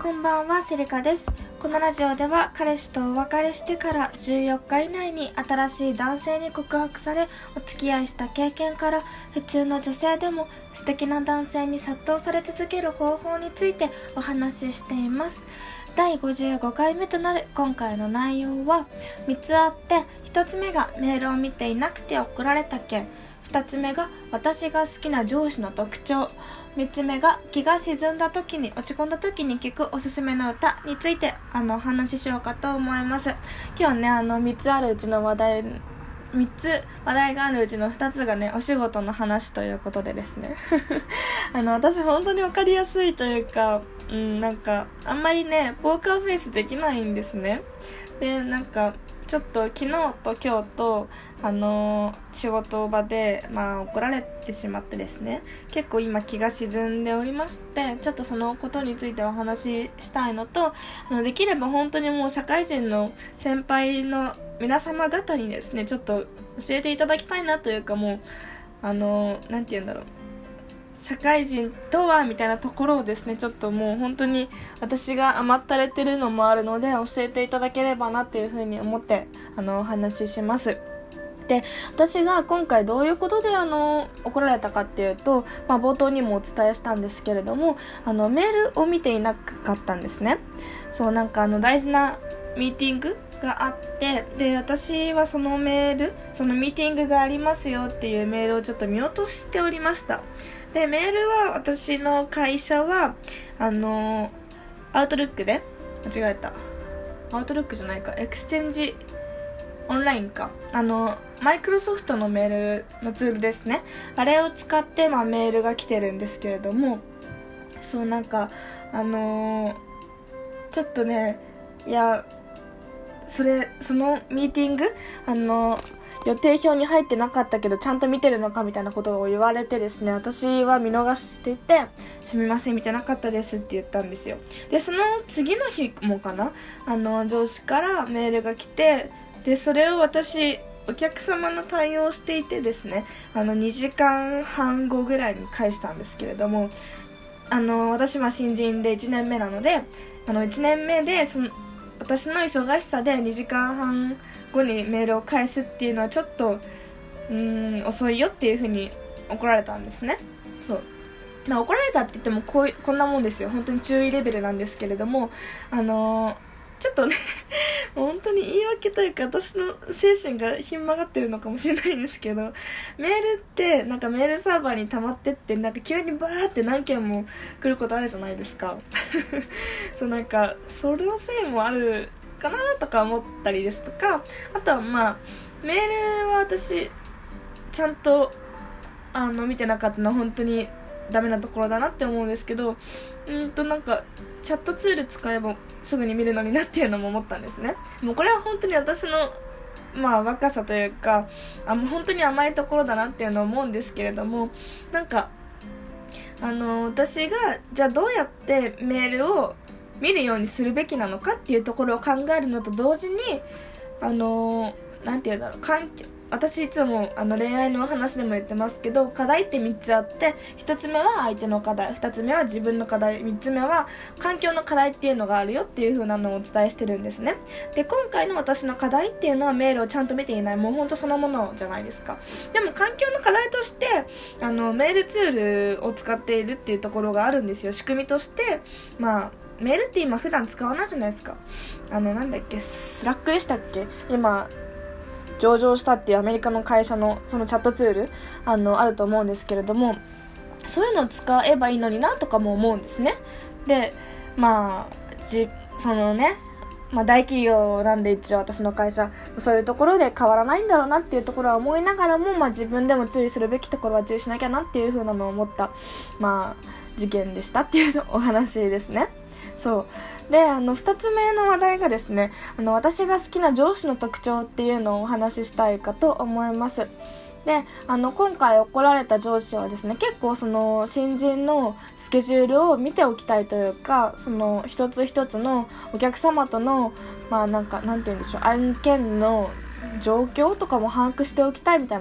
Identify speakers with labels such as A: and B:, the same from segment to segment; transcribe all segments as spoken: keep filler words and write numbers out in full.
A: こんばんは、セリカです。このラジオでは彼氏とお別れしてからじゅうよっか以内に新しい男性に告白されお付き合いした経験から、普通の女性でも素敵な男性に殺到され続ける方法についてお話ししています。だいごじゅうごかいめとなる今回の内容はみっつあって、ひとつめがメールを見ていなくて送られた件、ふたつめが私が好きな上司の特徴、みっつめが気が沈んだ時に落ち込んだ時に聴くおすすめの歌についてあのお話ししようかと思います。今日ねあのみっつあるうちの話題みっつ話題があるうちのふたつがねお仕事の話ということでですねあの私本当に分かりやすいというか、うん、なんかあんまりねポーカーフェイスできないんですね。でなんかちょっと昨日と今日とあのー、仕事場で、まあ、怒られてしまってですね、結構今気が沈んでおりまして、ちょっとそのことについてお話ししたいのと、あのできれば本当にもう社会人の先輩の皆様方にですねちょっと教えていただきたいなというか、もうあのー、なんて言うんだろう、社会人とはみたいなところをですねちょっともう本当に私が甘ったれてるのもあるので教えていただければなっていうふうに思ってあのお話しします。で私が今回どういうことであの怒られたかっていうと、まあ、冒頭にもお伝えしたんですけれども、あのメールを見ていなかったんですね。そうなんかあの大事なミーティングがあって、で私はそのメールそのミーティングがありますよっていうメールをちょっと見落としておりました。でメールは私の会社はあのアウトルックで間違えたアウトルックじゃないかエクスチェンジオンラインかあのマイクロソフトのメールのツールですね、あれを使って、まあ、メールが来てるんですけれども、そうなんかあのー、ちょっとねいやそれそのミーティングあのー予定表に入ってなかったけどちゃんと見てるのかみたいなことを言われてですね、私は見逃していてすみません見てなかったですって言ったんですよ。でその次の日もかなあの上司からメールが来て、でそれを私お客様の対応をしていてですね、あのにじかんはんごぐらいに返したんですけれども、あの私は新人でいちねんめなので、あのいちねんめでその私の忙しさでにじかんはんごにメールを返すっていうのはちょっとうーん遅いよっていう風に怒られたんですね。そうまあ怒られたって言ってもこうこんなもんですよ。本当に注意レベルなんですけれども、あのー、ちょっとね本当に言い訳というか私の精神がひん曲がってるのかもしれないんですけど、メールってなんかメールサーバーに溜まってってなんか急にバーって何件も来ることあるじゃないですかそうなんかそれのせいもあるかなとか思ったりですとか、あとはまあメールは私ちゃんとあの見てなかったのは本当にダメなところだなって思うんですけど、うんとなんかチャットツール使えばすぐに見るのになっていうのも思ったんですね。もうこれは本当に私のまあ若さというかあもう本当に甘いところだなっていうのを思うんですけれども、なんかあの私がじゃあどうやってメールを見るようにするべきなのかっていうところを考えるのと同時に、あのなんていうんだろう環境私いつもあの恋愛の話でも言ってますけど、課題ってみっつあって、ひとつめは相手の課題、ふたつめは自分の課題、みっつめは環境の課題っていうのがあるよっていう風なのをお伝えしてるんですね。で今回の私の課題っていうのはメールをちゃんと見ていない、もうほんとそのものじゃないですか。でも環境の課題としてあのメールツールを使っているっていうところがあるんですよ。仕組みとしてまあメールって今普段使わないじゃないですか。あのなんだっけスラックでしたっけ、今上場したっていうアメリカの会社のそのチャットツール あのあると思うんですけれども、そういうのを使えばいいのになとかも思うんですね。でまあじそのね、まあ、大企業なんで一応私の会社そういうところで変わらないんだろうなっていうところは思いながらも、まあ、自分でも注意するべきところは注意しなきゃなっていう風なのを思ったまあ事件でしたっていうお話ですね。そうであのふたつめの話題がですね、あの私が好きな上司の特徴っていうのをお話ししたいかと思います。であの今回怒られた上司はですね、結構その新人のスケジュールを見ておきたいというか、その一つ一つのお客様とのまあなんかなんて言うんでしょう、案件の状況とかも把握しておきたいみたいな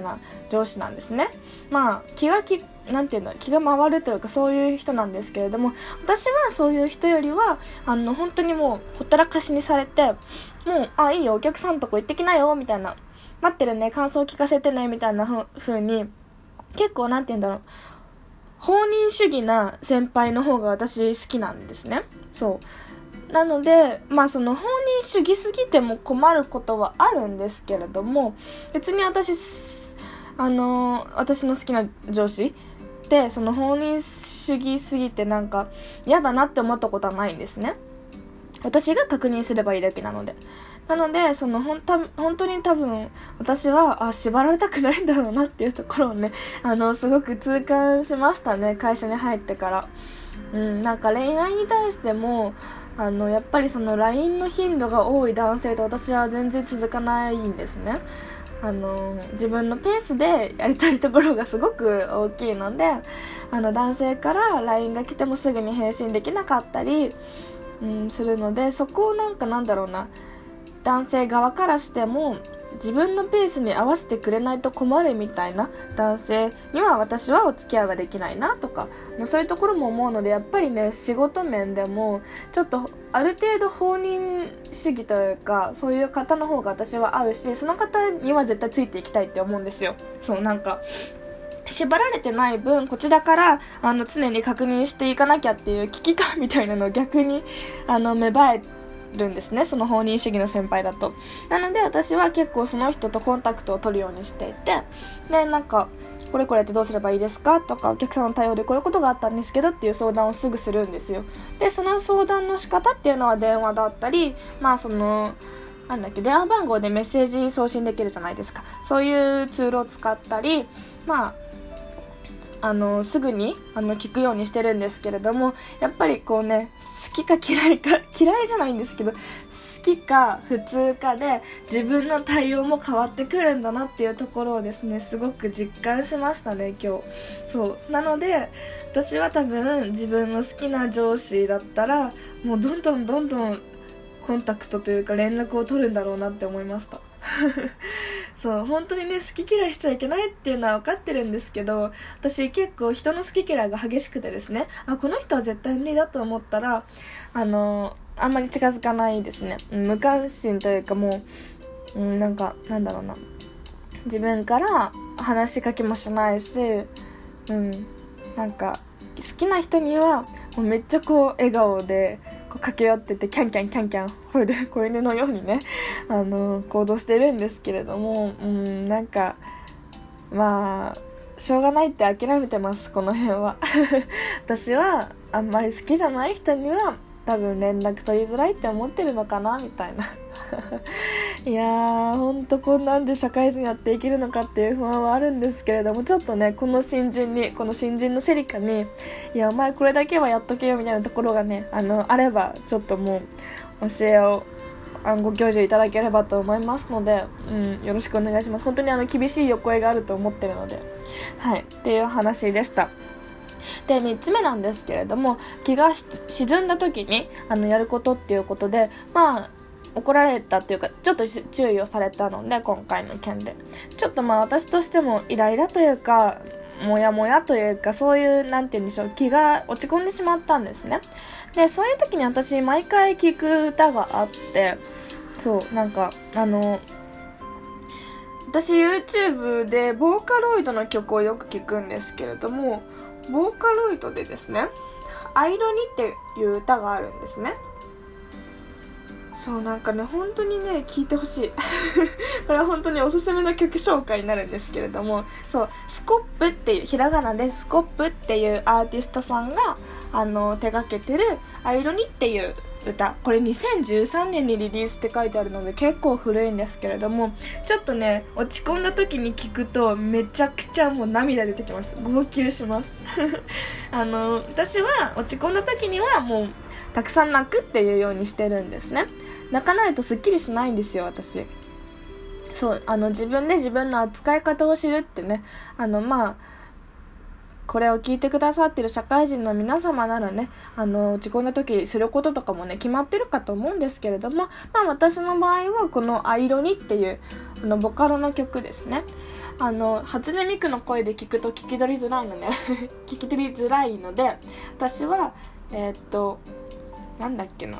A: 上司なんですね。まあ気がきなんていうの気が回るというかそういう人なんですけれども、私はそういう人よりはあの本当にもうほったらかしにされて、もうあいいよお客さんとこ行ってきなよみたいな、待ってるね感想聞かせてねみたいなふ風に結構なんていうんだろう、放任主義な先輩の方が私好きなんですね。そうなので、まあその放任主義すぎても困ることはあるんですけれども、別に私あの私の好きな上司でその放任主義すぎてなんか嫌だなって思ったことはないんですね。私が確認すればいいだけなので。なのでそのほんた本当に多分私はあ縛られたくないんだろうなっていうところをね、あのすごく痛感しましたね、会社に入ってから。うん、なんか恋愛に対してもあのやっぱりその ライン の頻度が多い男性と私は全然続かないんですね。あの自分のペースでやりたいところがすごく大きいので、あの男性から ライン が来てもすぐに返信できなかったり、うん、するので、そこをなんかなんだろうな、男性側からしても自分のペースに合わせてくれないと困るみたいな男性には私はお付き合いはできないなとか、そういうところも思うので、やっぱりね仕事面でもちょっとある程度放任主義というかそういう方の方が私は合うし、その方には絶対ついていきたいって思うんですよ。そうなんか縛られてない分こちらからあの常に確認していかなきゃっていう危機感みたいなのを逆にあの芽生えるんですね、その放任主義の先輩だと。なので私は結構その人とコンタクトを取るようにしていて、でなんかこれこれってどうすればいいですかとか、お客さんの対応でこういうことがあったんですけどっていう相談をすぐするんですよ。でその相談の仕方っていうのは電話だったり、まあそのなんだっけ電話番号でメッセージ送信できるじゃないですか、そういうツールを使ったり、まああのすぐにあの聞くようにしてるんですけれども、やっぱりこうね好きか嫌いか嫌いじゃないんですけど好きか普通かで自分の対応も変わってくるんだなっていうところをですねすごく実感しましたね今日。そうなので私は多分自分の好きな上司だったらもうどんどんどんどんコンタクトというか連絡を取るんだろうなって思いましたそう本当にね好き嫌いしちゃいけないっていうのは分かってるんですけど、私結構人の好き嫌いが激しくてですね、あこの人は絶対無理だと思ったらあのあんまり近づかないですね。無関心というかもう、うん、なんかなんだろうな、自分から話しかけもしないし、うんなんか好きな人にはもうめっちゃこう笑顔でこう駆け寄っててキャンキャンキャンキャン吠える子犬のようにねあの行動してるんですけれども、うんなんかまあしょうがないって諦めてますこの辺は私はあんまり好きじゃない人には多分連絡取りづらいって思ってるのかなみたいないやーほんとこんなんで社会人やっていけるのかっていう不安はあるんですけれども、ちょっとねこの新人にこの新人のセリカにいやお前これだけはやっとけよみたいなところがね あのあればちょっともう教えをご教授いただければと思いますので、うん、よろしくお願いします。本当にあの厳しいお声があると思ってるので、はいっていう話でした。でみっつめなんですけれども、気が沈んだ時にあのやることっていうことで、まあ怒られたっていうかちょっと注意をされたので、今回の件でちょっとまあ私としてもイライラというかモヤモヤというかそういうなんて言うんでしょう、気が落ち込んでしまったんですね。でそういう時に私毎回聴く歌があって、そうなんかあの私 YouTube でボーカロイドの曲をよく聴くんですけれども、ボーカロイドでですねアイロニっていう歌があるんですね。そうなんかね本当にね聴いてほしいこれは本当におすすめの曲紹介になるんですけれども、そうスコップっていうひらがなでスコップっていうアーティストさんがあの手掛けてるアイロニっていう歌、これにせんじゅうさんねんにリリースって書いてあるので結構古いんですけれども、ちょっとね落ち込んだ時に聞くとめちゃくちゃもう涙出てきます。号泣しますあの私は落ち込んだ時にはもうたくさん泣くっていうようにしてるんですね。泣かないとすっきりしないんですよ私。そうあの自分で自分の扱い方を知るってね、あのまあこれを聞いてくださってる社会人の皆様ならね、あの落ち込んだ時することとかもね決まってるかと思うんですけれども、まあ私の場合はこのアイロニっていうあのボカロの曲ですね。 あの初音ミクの声で聞くと聞き取りづらいのね聞き取りづらいので、私はえー、っとなんだっけな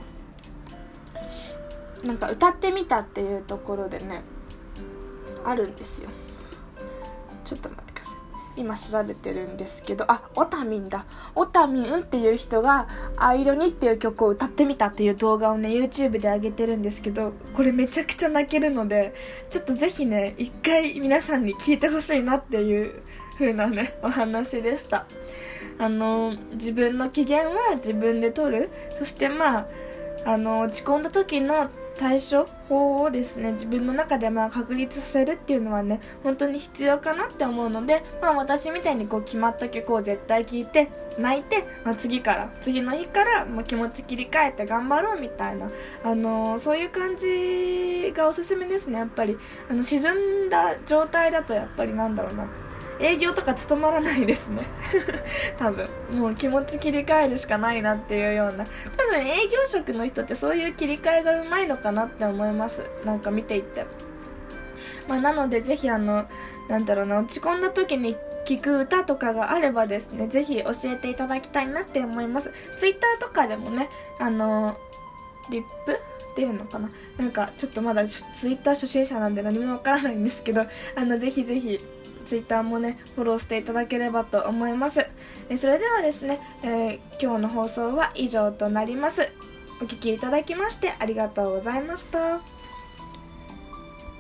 A: なんか歌ってみたっていうところでねあるんですよ。ちょっと待ってください、今調べてるんですけど、あ、オタミンだオタミンっていう人がアイロニっていう曲を歌ってみたっていう動画をね YouTube で上げてるんですけど、これめちゃくちゃ泣けるので、ちょっとぜひね一回皆さんに聞いてほしいなっていう風なねお話でした。あの自分の機嫌は自分で取る、そしてまああの落ち込んだ時の対処法をですね自分の中でまあ確立させるっていうのはね本当に必要かなって思うので、まあ、私みたいにこう決まった曲を絶対聴いて泣いて、まあ、次から次の日からまあ気持ち切り替えて頑張ろうみたいな、あのー、そういう感じがおすすめですね。やっぱりあの沈んだ状態だとやっぱりなんだろうな営業とか務まらないですね多分もう気持ち切り替えるしかないなっていうような、多分営業職の人ってそういう切り替えがうまいのかなって思います。なんか見ていて、まあ、なのでぜひあのなんだろうな落ち込んだ時に聴く歌とかがあればですねぜひ教えていただきたいなって思います。ツイッターとかでもねあのリップっていうのかな、なんかちょっとまだツイッター初心者なんで何もわからないんですけど、あのぜひぜひツイッターもねフォローしていただければと思います。えそれではですね、えー、今日の放送は以上となります。お聞きいただきましてありがとうございました。